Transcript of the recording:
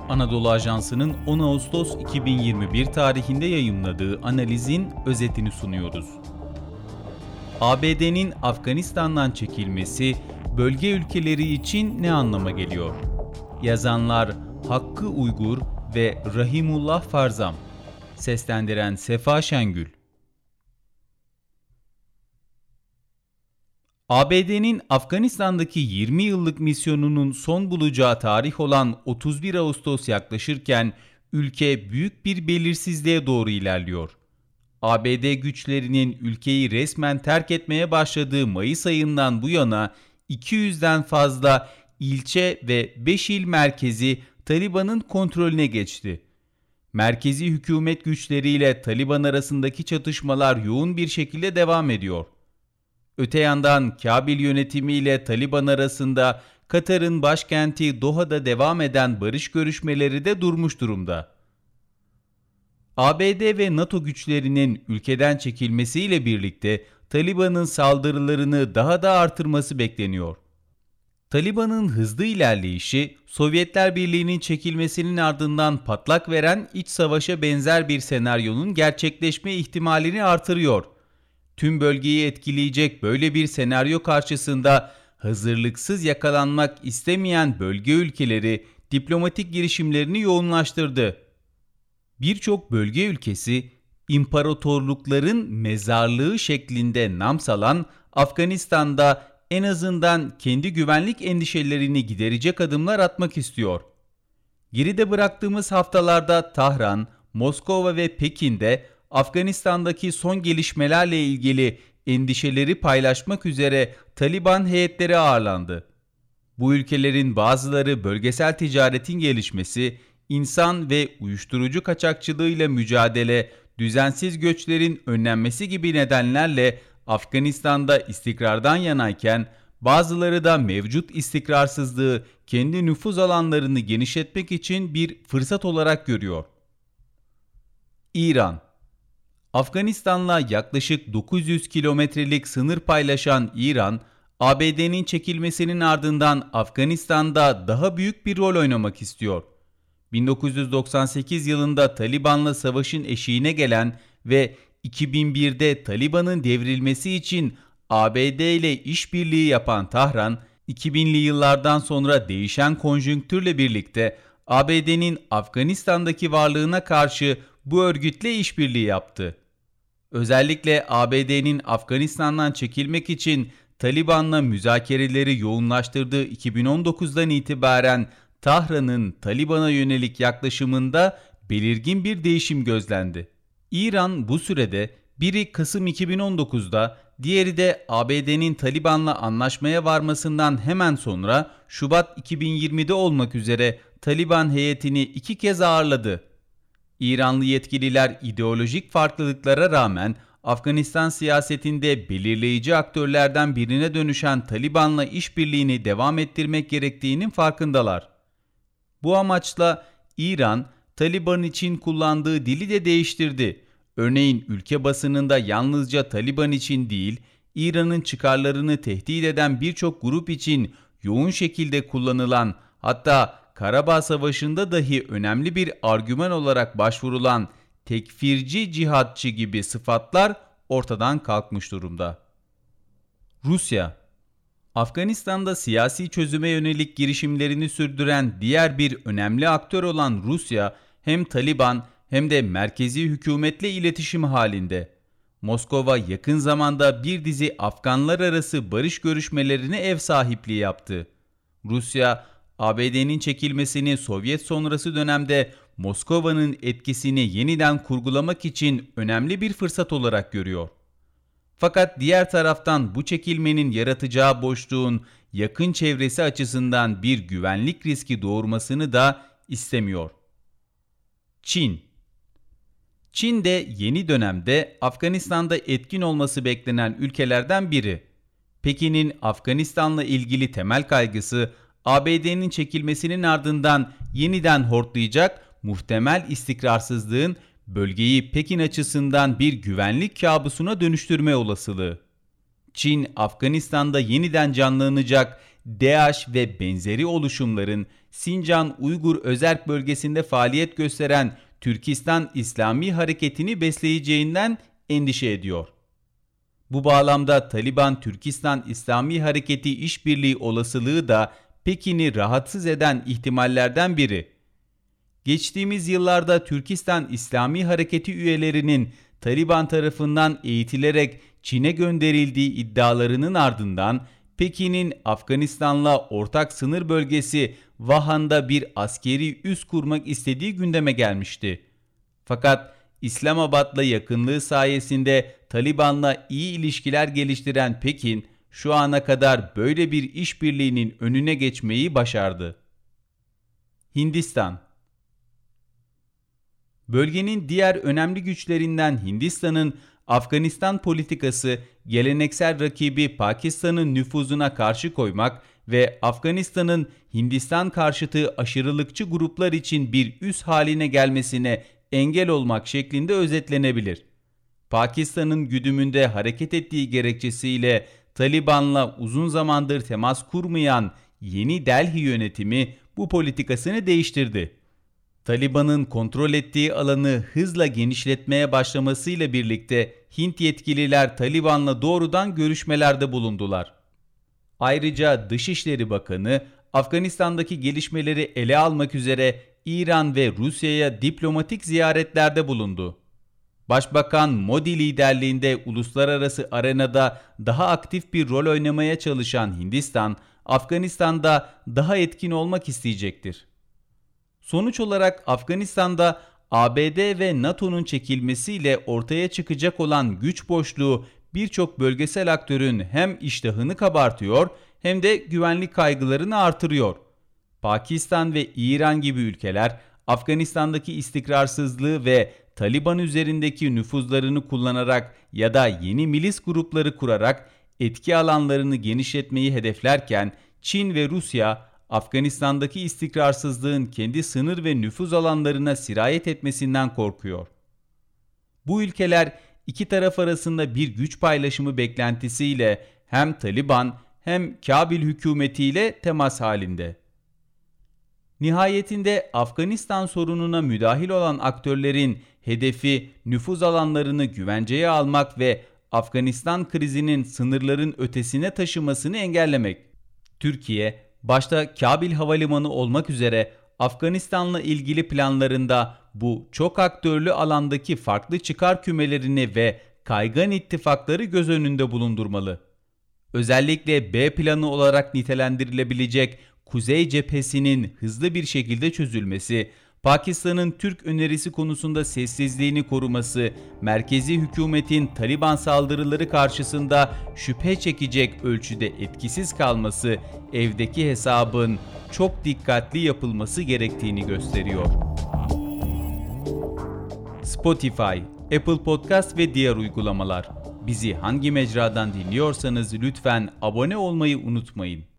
Anadolu Ajansı'nın 10 Ağustos 2021 tarihinde yayımladığı analizin özetini sunuyoruz. ABD'nin Afganistan'dan çekilmesi bölge ülkeleri için ne anlama geliyor? Yazanlar Hakkı Uygur ve Rahimullah Farzam. Seslendiren Sefa Şengül. ABD'nin Afganistan'daki 20 yıllık misyonunun son bulacağı tarih olan 31 Ağustos yaklaşırken ülke büyük bir belirsizliğe doğru ilerliyor. ABD güçlerinin ülkeyi resmen terk etmeye başladığı Mayıs ayından bu yana 200'den fazla ilçe ve 5 il merkezi Taliban'ın kontrolüne geçti. Merkezi hükümet güçleriyle Taliban arasındaki çatışmalar yoğun bir şekilde devam ediyor. Öte yandan Kabil yönetimiyle Taliban arasında Katar'ın başkenti Doha'da devam eden barış görüşmeleri de durmuş durumda. ABD ve NATO güçlerinin ülkeden çekilmesiyle birlikte Taliban'ın saldırılarını daha da artırması bekleniyor. Taliban'ın hızlı ilerleyişi, Sovyetler Birliği'nin çekilmesinin ardından patlak veren iç savaşa benzer bir senaryonun gerçekleşme ihtimalini artırıyor. Tüm bölgeyi etkileyecek böyle bir senaryo karşısında hazırlıksız yakalanmak istemeyen bölge ülkeleri diplomatik girişimlerini yoğunlaştırdı. Birçok bölge ülkesi imparatorlukların mezarlığı şeklinde nam salan Afganistan'da en azından kendi güvenlik endişelerini giderecek adımlar atmak istiyor. Geride bıraktığımız haftalarda Tahran, Moskova ve Pekin'de Afganistan'daki son gelişmelerle ilgili endişeleri paylaşmak üzere Taliban heyetleri ağırlandı. Bu ülkelerin bazıları bölgesel ticaretin gelişmesi, insan ve uyuşturucu kaçakçılığıyla mücadele, düzensiz göçlerin önlenmesi gibi nedenlerle Afganistan'da istikrardan yanayken, bazıları da mevcut istikrarsızlığı kendi nüfuz alanlarını genişletmek için bir fırsat olarak görüyor. İran Afganistan'la yaklaşık 900 kilometrelik sınır paylaşan İran, ABD'nin çekilmesinin ardından Afganistan'da daha büyük bir rol oynamak istiyor. 1998 yılında Taliban'la savaşın eşiğine gelen ve 2001'de Taliban'ın devrilmesi için ABD ile işbirliği yapan Tahran, 2000'li yıllardan sonra değişen konjonktürle birlikte ABD'nin Afganistan'daki varlığına karşı bu örgütle işbirliği yaptı. Özellikle ABD'nin Afganistan'dan çekilmek için Taliban'la müzakereleri yoğunlaştırdığı 2019'dan itibaren Tahran'ın Taliban'a yönelik yaklaşımında belirgin bir değişim gözlendi. İran bu sürede biri Kasım 2019'da, diğeri de ABD'nin Taliban'la anlaşmaya varmasından hemen sonra Şubat 2020'de olmak üzere Taliban heyetini 2 kez ağırladı. İranlı yetkililer ideolojik farklılıklara rağmen Afganistan siyasetinde belirleyici aktörlerden birine dönüşen Taliban'la işbirliğini devam ettirmek gerektiğinin farkındalar. Bu amaçla İran, Taliban için kullandığı dili de değiştirdi. Örneğin ülke basınında yalnızca Taliban için değil, İran'ın çıkarlarını tehdit eden birçok grup için yoğun şekilde kullanılan, hatta Karabağ Savaşı'nda dahi önemli bir argüman olarak başvurulan tekfirci cihatçı gibi sıfatlar ortadan kalkmış durumda. Rusya Afganistan'da siyasi çözüme yönelik girişimlerini sürdüren diğer bir önemli aktör olan Rusya, hem Taliban hem de merkezi hükümetle iletişim halinde. Moskova yakın zamanda bir dizi Afganlar arası barış görüşmelerine ev sahipliği yaptı. Rusya, ABD'nin çekilmesini Sovyet sonrası dönemde Moskova'nın etkisini yeniden kurgulamak için önemli bir fırsat olarak görüyor. Fakat diğer taraftan bu çekilmenin yaratacağı boşluğun yakın çevresi açısından bir güvenlik riski doğurmasını da istemiyor. Çin de yeni dönemde Afganistan'da etkin olması beklenen ülkelerden biri. Pekin'in Afganistan'la ilgili temel kaygısı, ABD'nin çekilmesinin ardından yeniden hortlayacak muhtemel istikrarsızlığın bölgeyi Pekin açısından bir güvenlik kabusuna dönüştürme olasılığı. Çin, Afganistan'da yeniden canlanacak DAEŞ ve benzeri oluşumların Sincan Uygur Özerk bölgesinde faaliyet gösteren Türkistan İslami Hareketi'ni besleyeceğinden endişe ediyor. Bu bağlamda Taliban-Türkistan İslami Hareketi işbirliği olasılığı da Pekin'i rahatsız eden ihtimallerden biri. Geçtiğimiz yıllarda Türkistan İslami Hareketi üyelerinin Taliban tarafından eğitilerek Çin'e gönderildiği iddialarının ardından Pekin'in Afganistan'la ortak sınır bölgesi Vahan'da bir askeri üs kurmak istediği gündeme gelmişti. Fakat İslamabad'la yakınlığı sayesinde Taliban'la iyi ilişkiler geliştiren Pekin, şu ana kadar böyle bir işbirliğinin önüne geçmeyi başardı. Hindistan. Bölgenin diğer önemli güçlerinden Hindistan'ın Afganistan politikası, geleneksel rakibi Pakistan'ın nüfuzuna karşı koymak ve Afganistan'ın Hindistan karşıtı aşırılıkçı gruplar için bir üs haline gelmesine engel olmak şeklinde özetlenebilir. Pakistan'ın güdümünde hareket ettiği gerekçesiyle Taliban'la uzun zamandır temas kurmayan yeni Delhi yönetimi bu politikasını değiştirdi. Taliban'ın kontrol ettiği alanı hızla genişletmeye başlamasıyla birlikte Hint yetkililer Taliban'la doğrudan görüşmelerde bulundular. Ayrıca Dışişleri Bakanı Afganistan'daki gelişmeleri ele almak üzere İran ve Rusya'ya diplomatik ziyaretlerde bulundu. Başbakan Modi liderliğinde uluslararası arenada daha aktif bir rol oynamaya çalışan Hindistan, Afganistan'da daha etkin olmak isteyecektir. Sonuç olarak Afganistan'da ABD ve NATO'nun çekilmesiyle ortaya çıkacak olan güç boşluğu birçok bölgesel aktörün hem iştahını kabartıyor hem de güvenlik kaygılarını artırıyor. Pakistan ve İran gibi ülkeler Afganistan'daki istikrarsızlığı ve Taliban üzerindeki nüfuzlarını kullanarak ya da yeni milis grupları kurarak etki alanlarını genişletmeyi hedeflerken Çin ve Rusya Afganistan'daki istikrarsızlığın kendi sınır ve nüfuz alanlarına sirayet etmesinden korkuyor. Bu ülkeler iki taraf arasında bir güç paylaşımı beklentisiyle hem Taliban hem Kabil hükümetiyle temas halinde. Nihayetinde Afganistan sorununa müdahil olan aktörlerin hedefi nüfuz alanlarını güvenceye almak ve Afganistan krizinin sınırların ötesine taşımasını engellemek. Türkiye, başta Kabil Havalimanı olmak üzere Afganistan'la ilgili planlarında bu çok aktörlü alandaki farklı çıkar kümelerini ve kaygan ittifakları göz önünde bulundurmalı. Özellikle B planı olarak nitelendirilebilecek Kuzey Cephesi'nin hızlı bir şekilde çözülmesi, Pakistan'ın Türk önerisi konusunda sessizliğini koruması, merkezi hükümetin Taliban saldırıları karşısında şüphe çekecek ölçüde etkisiz kalması, evdeki hesabın çok dikkatli yapılması gerektiğini gösteriyor. Spotify, Apple Podcast ve diğer uygulamalar. Bizi hangi mecradan dinliyorsanız lütfen abone olmayı unutmayın.